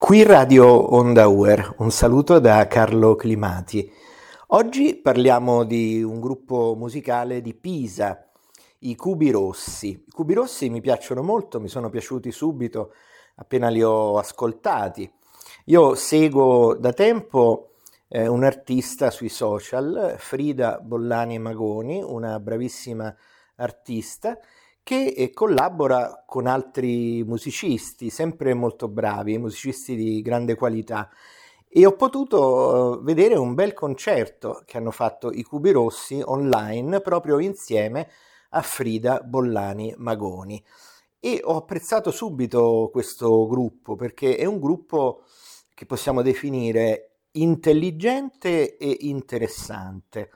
Qui Radio Onda Uer, un saluto da Carlo Climati. Oggi parliamo di un gruppo musicale di Pisa, i Cubi Rossi. I Cubi Rossi mi piacciono molto, mi sono piaciuti subito appena li ho ascoltati. Io seguo da tempo un artista sui social, Frida Bollani Magoni, una bravissima artista che collabora con altri musicisti, sempre molto bravi, musicisti di grande qualità. E ho potuto vedere un bel concerto che hanno fatto i Cubi Rossi online proprio insieme a Frida Bollani Magoni. E ho apprezzato subito questo gruppo perché è un gruppo che possiamo definire intelligente e interessante.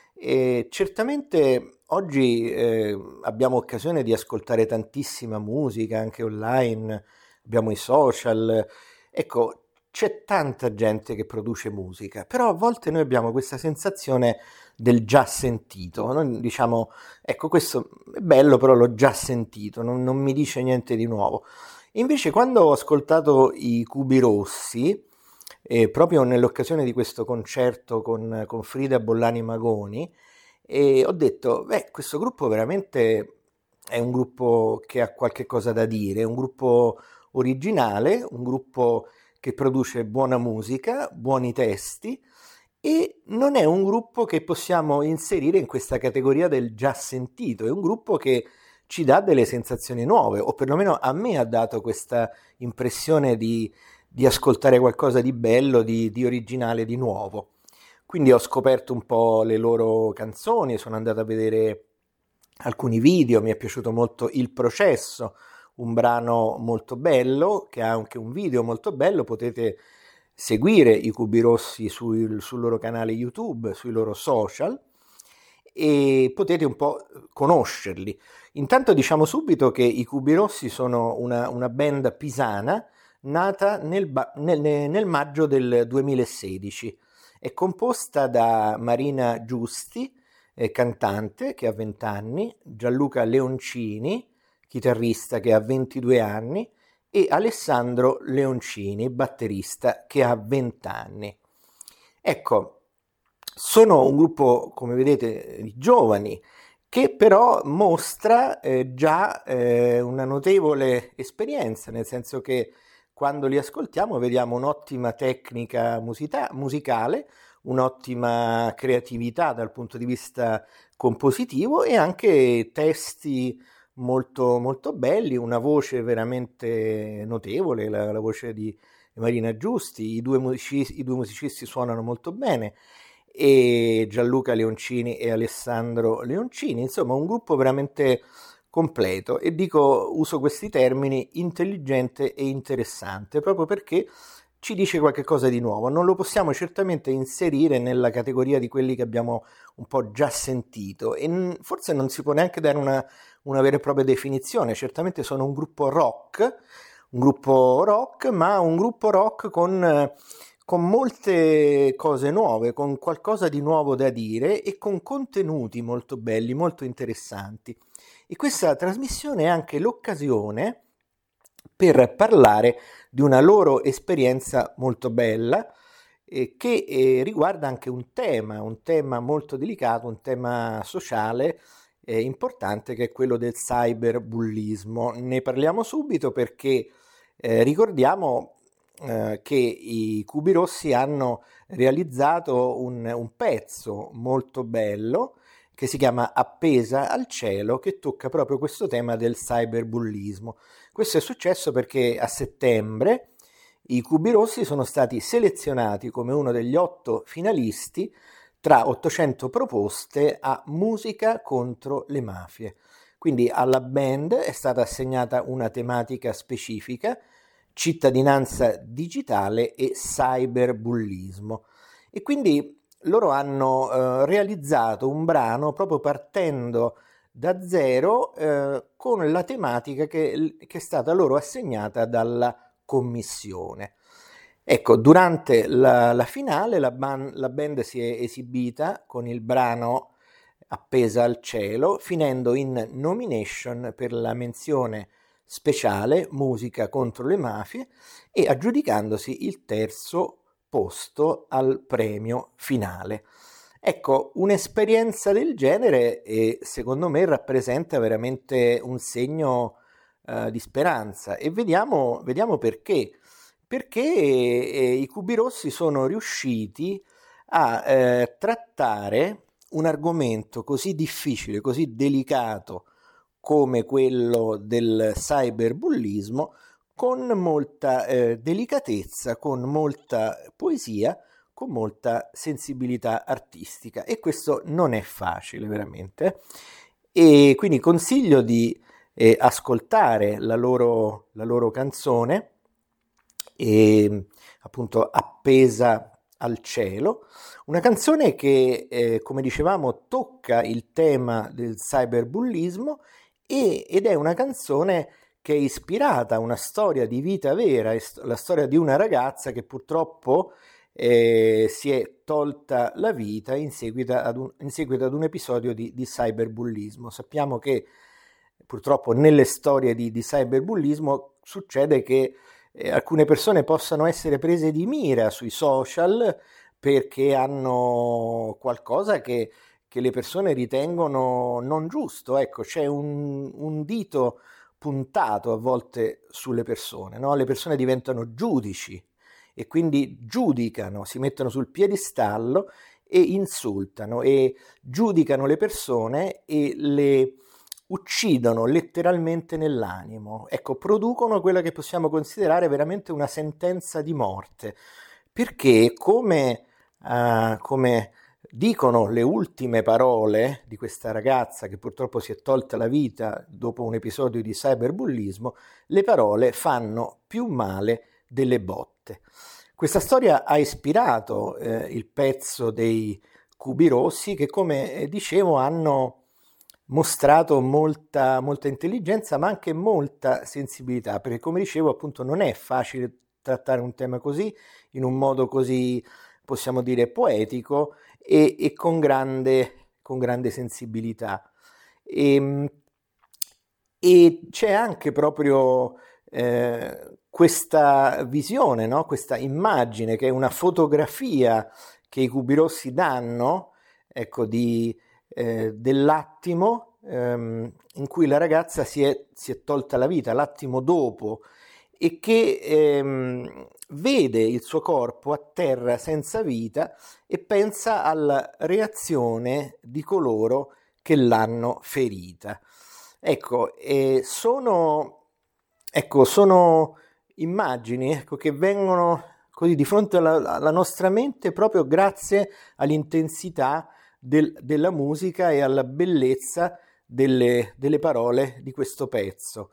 E certamente oggi abbiamo occasione di ascoltare tantissima musica anche online, abbiamo i social, ecco, c'è tanta gente che produce musica, però a volte noi abbiamo questa sensazione del già sentito, noi diciamo, ecco, questo è bello, però l'ho già sentito, non mi dice niente di nuovo. Invece quando ho ascoltato i Cubi Rossi, proprio nell'occasione di questo concerto con Frida Bollani Magoni, ho detto, beh, questo gruppo veramente è un gruppo che ha qualche cosa da dire, è un gruppo originale, un gruppo che produce buona musica, buoni testi e non è un gruppo che possiamo inserire in questa categoria del già sentito, è un gruppo che ci dà delle sensazioni nuove, o perlomeno a me ha dato questa impressione di ascoltare qualcosa di bello, di originale, di nuovo. Quindi ho scoperto un po' le loro canzoni, sono andato a vedere alcuni video, mi è piaciuto molto Il Processo, un brano molto bello, che ha anche un video molto bello, potete seguire i Cubi Rossi sul loro canale YouTube, sui loro social e potete un po' conoscerli. Intanto diciamo subito che i Cubi Rossi sono una band pisana nata nel maggio del 2016. È composta da Marina Giusti, cantante che ha 20 anni, Gianluca Leoncini, chitarrista che ha 22 anni, e Alessandro Leoncini, batterista che ha 20 anni. Ecco, sono un gruppo, come vedete, di giovani che però mostra già una notevole esperienza, nel senso che quando li ascoltiamo vediamo un'ottima tecnica musicale, un'ottima creatività dal punto di vista compositivo e anche testi molto, molto belli, una voce veramente notevole, la voce di Marina Giusti, i due musicisti suonano molto bene e Gianluca Leoncini e Alessandro Leoncini, insomma un gruppo veramente completo e uso questi termini intelligente e interessante proprio perché ci dice qualche cosa di nuovo, non lo possiamo certamente inserire nella categoria di quelli che abbiamo un po' già sentito e forse non si può neanche dare una vera e propria definizione, certamente sono un gruppo rock, ma un gruppo rock con molte cose nuove, con qualcosa di nuovo da dire e con contenuti molto belli, molto interessanti. E questa trasmissione è anche l'occasione per parlare di una loro esperienza molto bella che riguarda anche un tema molto delicato, un tema sociale importante che è quello del cyberbullismo. Ne parliamo subito perché ricordiamo che i Cubi Rossi hanno realizzato un pezzo molto bello che si chiama Appesa al cielo, che tocca proprio questo tema del cyberbullismo. Questo è successo perché a settembre i Cubi Rossi sono stati selezionati come uno degli 8 finalisti tra 800 proposte a Musica contro le mafie. Quindi alla band è stata assegnata una tematica specifica, cittadinanza digitale e cyberbullismo. E quindi loro hanno realizzato un brano proprio partendo da zero con la tematica che è stata loro assegnata dalla commissione. Ecco, durante la finale la band si è esibita con il brano Appesa al cielo, finendo in nomination per la menzione speciale Musica contro le mafie e aggiudicandosi il terzo posto al premio finale. Ecco, un'esperienza del genere secondo me rappresenta veramente un segno di speranza e vediamo perché. Perché i Cubirossi sono riusciti a trattare un argomento così difficile, così delicato come quello del cyberbullismo con molta delicatezza, con molta poesia, con molta sensibilità artistica e questo non è facile veramente e quindi consiglio di ascoltare la loro canzone e appunto Appesa al cielo, una canzone che come dicevamo tocca il tema del cyberbullismo ed è una canzone che è ispirata a una storia di vita vera, è la storia di una ragazza che purtroppo si è tolta la vita in seguito ad un episodio di cyberbullismo. Sappiamo che purtroppo nelle storie di cyberbullismo succede che alcune persone possano essere prese di mira sui social perché hanno qualcosa che le persone ritengono non giusto. Ecco, c'è un dito puntato a volte sulle persone, no? Le persone diventano giudici e quindi giudicano, si mettono sul piedistallo e insultano e giudicano le persone e le uccidono letteralmente nell'animo. Ecco, producono quella che possiamo considerare veramente una sentenza di morte, perché come dicono le ultime parole di questa ragazza che purtroppo si è tolta la vita dopo un episodio di cyberbullismo, le parole fanno più male delle botte. Questa storia ha ispirato il pezzo dei Cubirossi che, come dicevo, hanno mostrato molta intelligenza ma anche molta sensibilità, perché come dicevo appunto non è facile trattare un tema così in un modo così, possiamo dire, poetico e con grande sensibilità. E c'è anche proprio questa visione, no? Questa immagine che è una fotografia che i Cubirossi danno, ecco, dell'attimo in cui la ragazza si è tolta la vita, l'attimo dopo, e che vede il suo corpo a terra senza vita e pensa alla reazione di coloro che l'hanno ferita. Ecco, sono immagini che vengono così di fronte alla nostra mente proprio grazie all'intensità della musica e alla bellezza delle parole di questo pezzo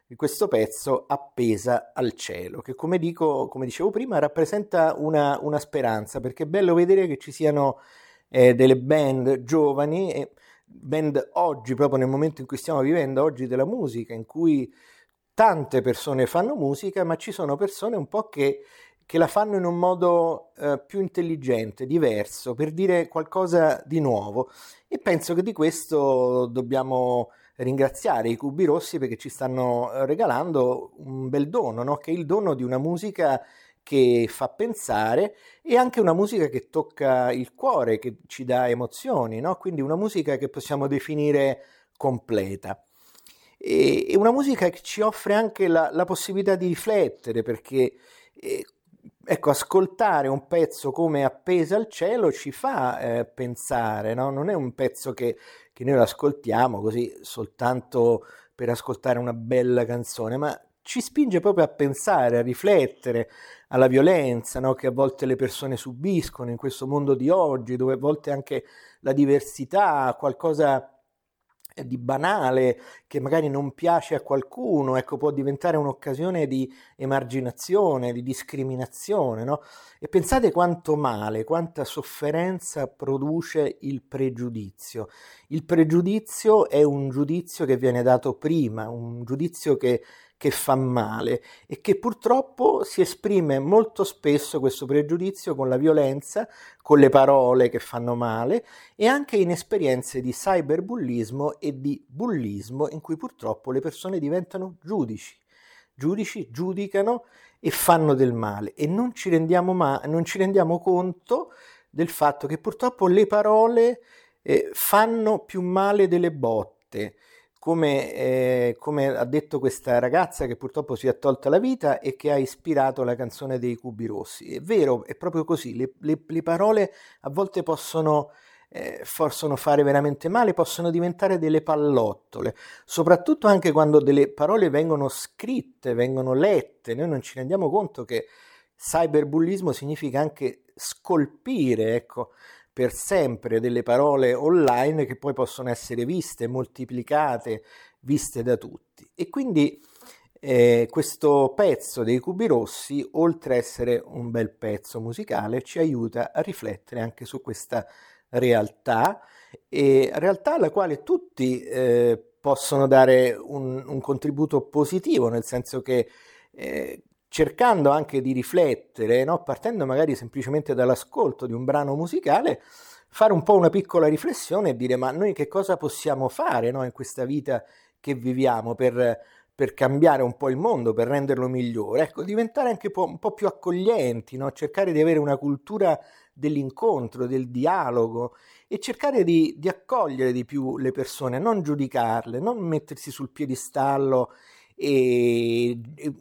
Appesa al cielo, che come dicevo prima rappresenta una speranza, perché è bello vedere che ci siano delle band giovani, band oggi, proprio nel momento in cui stiamo vivendo oggi della musica, in cui tante persone fanno musica, ma ci sono persone un po' che la fanno in un modo più intelligente, diverso, per dire qualcosa di nuovo. E penso che di questo dobbiamo ringraziare i Cubirossi perché ci stanno regalando un bel dono, no? Che è il dono di una musica che fa pensare e anche una musica che tocca il cuore, che ci dà emozioni, no? Quindi una musica che possiamo definire completa. E una musica che ci offre anche la possibilità di riflettere, perché ecco, ascoltare un pezzo come Appesa al cielo ci fa pensare, no? Non è un pezzo che noi ascoltiamo così soltanto per ascoltare una bella canzone, ma ci spinge proprio a pensare, a riflettere alla violenza, no? Che a volte le persone subiscono in questo mondo di oggi, dove a volte anche la diversità, qualcosa di banale che magari non piace a qualcuno, ecco, può diventare un'occasione di emarginazione, di discriminazione, no? E pensate quanto male, quanta sofferenza produce il pregiudizio. Il pregiudizio è un giudizio che viene dato prima, un giudizio che che fa male e che purtroppo si esprime molto spesso questo pregiudizio con la violenza, con le parole che fanno male e anche in esperienze di cyberbullismo e di bullismo in cui purtroppo le persone diventano giudici, giudicano e fanno del male e non ci rendiamo conto del fatto che purtroppo le parole fanno più male delle botte, come ha detto questa ragazza che purtroppo si è tolta la vita e che ha ispirato la canzone dei Cubi Rossi. È vero, è proprio così, le parole a volte possono fare veramente male, possono diventare delle pallottole, soprattutto anche quando delle parole vengono scritte, vengono lette. Noi non ci rendiamo conto che cyberbullismo significa anche scolpire, ecco, per sempre delle parole online che poi possono essere viste, moltiplicate, viste da tutti. E quindi questo pezzo dei Cubi Rossi, oltre a essere un bel pezzo musicale, ci aiuta a riflettere anche su questa realtà, e realtà alla quale tutti possono dare un contributo positivo, nel senso che cercando anche di riflettere, no? Partendo magari semplicemente dall'ascolto di un brano musicale, fare un po' una piccola riflessione e dire: ma noi che cosa possiamo fare, no? In questa vita che viviamo per cambiare un po' il mondo, per renderlo migliore? Ecco, diventare anche un po' più accoglienti, no? Cercare di avere una cultura dell'incontro, del dialogo e cercare di accogliere di più le persone, non giudicarle, non mettersi sul piedistallo e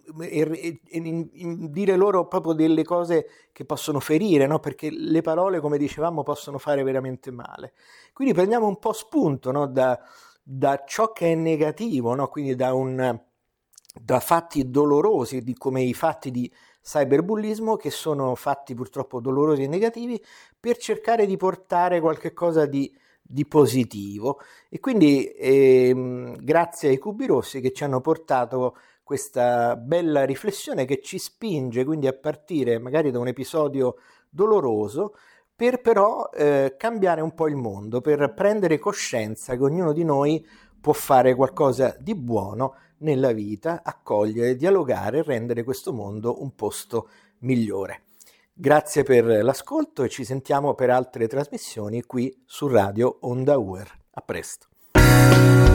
dire loro proprio delle cose che possono ferire, no? Perché le parole, come dicevamo, possono fare veramente male. Quindi prendiamo un po' spunto, no? da ciò che è negativo, no? Quindi da fatti dolorosi, come i fatti di cyberbullismo, che sono fatti purtroppo dolorosi e negativi, per cercare di portare qualche cosa di positivo. E quindi grazie ai Cubi Rossi che ci hanno portato questa bella riflessione che ci spinge quindi a partire magari da un episodio doloroso per però cambiare un po' il mondo, per prendere coscienza che ognuno di noi può fare qualcosa di buono nella vita, accogliere, dialogare e rendere questo mondo un posto migliore. Grazie per l'ascolto e ci sentiamo per altre trasmissioni qui su Radio Onda UR. A presto.